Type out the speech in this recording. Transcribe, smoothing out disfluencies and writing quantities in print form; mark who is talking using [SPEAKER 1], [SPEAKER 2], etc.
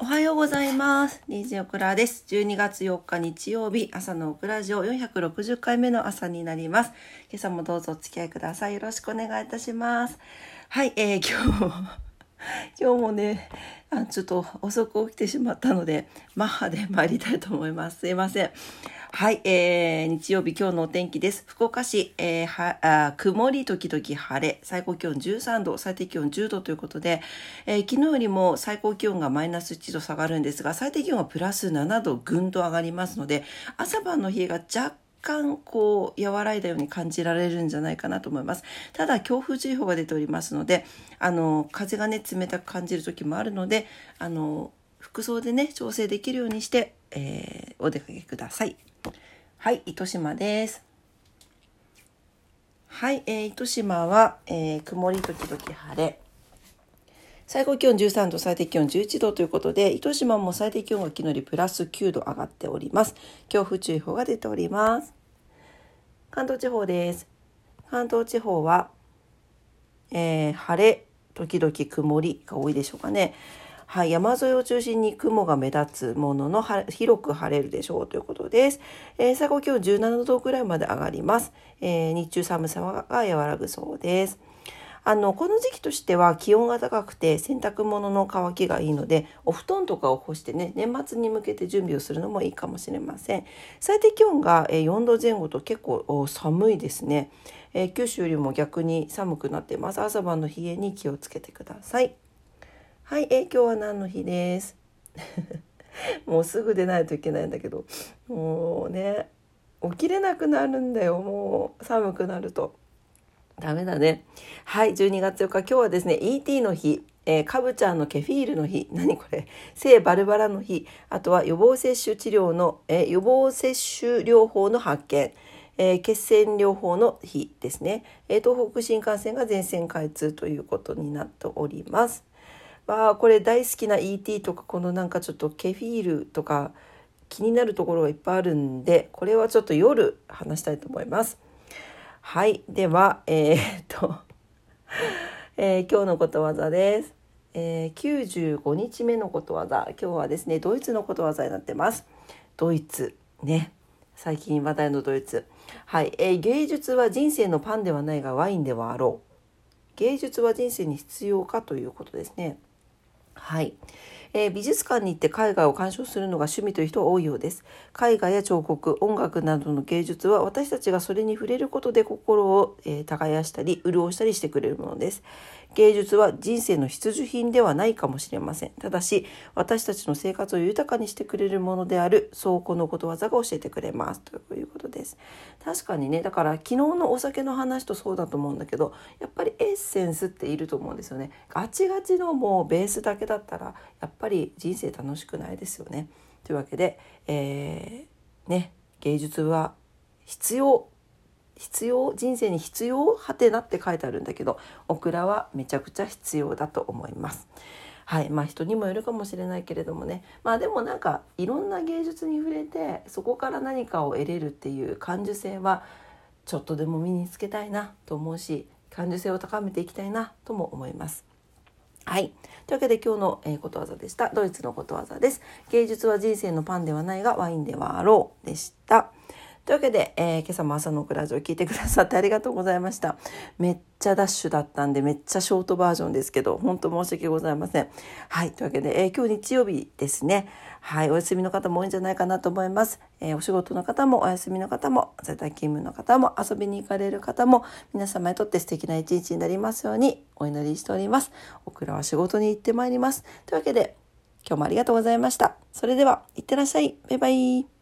[SPEAKER 1] おはようございます。DJ オクラです。12月4日日曜日、朝のオクラジオ460回目の朝になります。今朝もどうぞお付き合いください。よろしくお願いいたします。はい、今日もね、ちょっと遅く起きてしまったので、マッハで参りたいと思います。すいません。はい、日曜日今日のお天気です。福岡市、曇り時々晴れ、最高気温13度、最低気温10度ということで、昨日よりも最高気温がマイナス1度下がるんですが、最低気温はプラス7度ぐんと上がりますので、朝晩の冷えが若干和らいだように感じられるんじゃないかなと思います。ただ強風注意報が出ておりますので、風がね冷たく感じる時もあるので、服装でね調整できるようにして、お出かけください。はい、糸島です。はい、糸島は、曇り時々晴れ、最高気温13度、最低気温11度ということで、糸島も最低気温が昨日よりプラス9度上がっております。強風注意報が出ております。関東地方です。関東地方は、晴れ時々曇りが多いでしょうかね。はい、山沿いを中心に雲が目立つものの広く晴れるでしょうということです。最高気温17度くらいまで上がります。日中寒さが和らぐそうです。この時期としては気温が高くて洗濯物の乾きがいいので、お布団とかを干してね、年末に向けて準備をするのもいいかもしれません。最低気温が4度前後と結構寒いですね。九州よりも逆に寒くなっています。朝晩の冷えに気をつけてください。はい、今日は何の日ですもうすぐ出ないといけないんだけど、もうね起きれなくなるんだよ。もう寒くなるとダメだね。はい、12月4日、今日はですね ET の日、カブちゃんのケフィールの日、何これ、聖バルバラの日、あとは予防接種療法の発見、血栓療法の日ですね。東北新幹線が全線開通ということになっております。これ大好きな ET とか、このなんかちょっとケフィールとか気になるところがいっぱいあるんで、これはちょっと夜話したいと思います。はい、では今日のことわざです。95日目のことわざ。今日はですねドイツのことわざになってます。ドイツね、最近話題のドイツ。はい、芸術は人生のパンではないがワインではあろう。芸術は人生に必要かということですね。はい、美術館に行って絵画を鑑賞するのが趣味という人は多いようです。絵画や彫刻、音楽などの芸術は私たちがそれに触れることで心を、耕したり潤したりしてくれるものです。芸術は人生の必需品ではないかもしれません。ただし私たちの生活を豊かにしてくれるものである、そうこのことわざが教えてくれますということです。確かにね、だから昨日のお酒の話とそうだと思うんだけど、やっぱりエッセンスっていると思うんですよね。ガチガチのもうベースだけだったらやっぱり人生楽しくないですよね。というわけで、芸術は必要、人生に必要はてなって書いてあるんだけど、オクラはめちゃくちゃ必要だと思います。はい、人にもよるかもしれないけれどもね、でもなんかいろんな芸術に触れてそこから何かを得れるっていう感受性はちょっとでも身につけたいなと思うし、感受性を高めていきたいなとも思います。はい、というわけで今日のことわざでした。ドイツのことわざです。芸術は人生のパンではないがワインではあろうでした。というわけで、今朝も朝のオクラジオを聞いてくださってありがとうございました。めっちゃダッシュだったんでめっちゃショートバージョンですけど、本当申し訳ございません。はい、というわけで、今日日曜日ですね。はい、お休みの方も多いんじゃないかなと思います。お仕事の方もお休みの方も在宅勤務の方も遊びに行かれる方も、皆様にとって素敵な一日になりますようにお祈りしております。オクラは仕事に行ってまいります。というわけで今日もありがとうございました。それではいってらっしゃい。バイバイ。